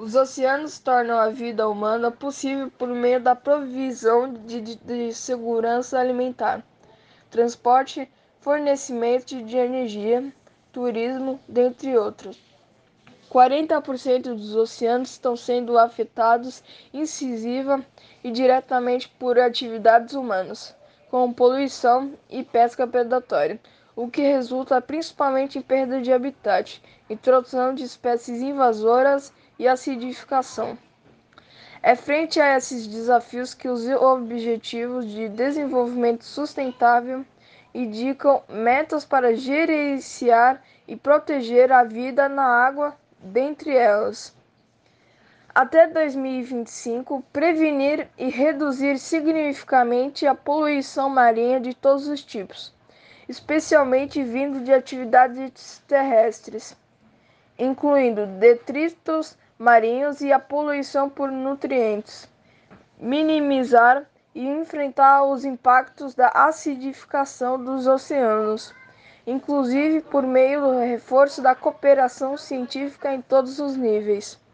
Os oceanos tornam a vida humana possível por meio da provisão de segurança alimentar, transporte, fornecimento de energia, turismo, dentre outros. 40% dos oceanos estão sendo afetados incisiva e diretamente por atividades humanas, como poluição e pesca predatória, o que resulta principalmente em perda de habitat, introdução de espécies invasoras e acidificação. É frente a esses desafios que os Objetivos de Desenvolvimento Sustentável indicam metas para gerenciar e proteger a vida na água, dentre elas: até 2025, prevenir e reduzir significativamente a poluição marinha de todos os tipos, especialmente vindo de atividades terrestres, incluindo detritos marinhos e a poluição por nutrientes. Minimizar e enfrentar os impactos da acidificação dos oceanos, inclusive por meio do reforço da cooperação científica em todos os níveis.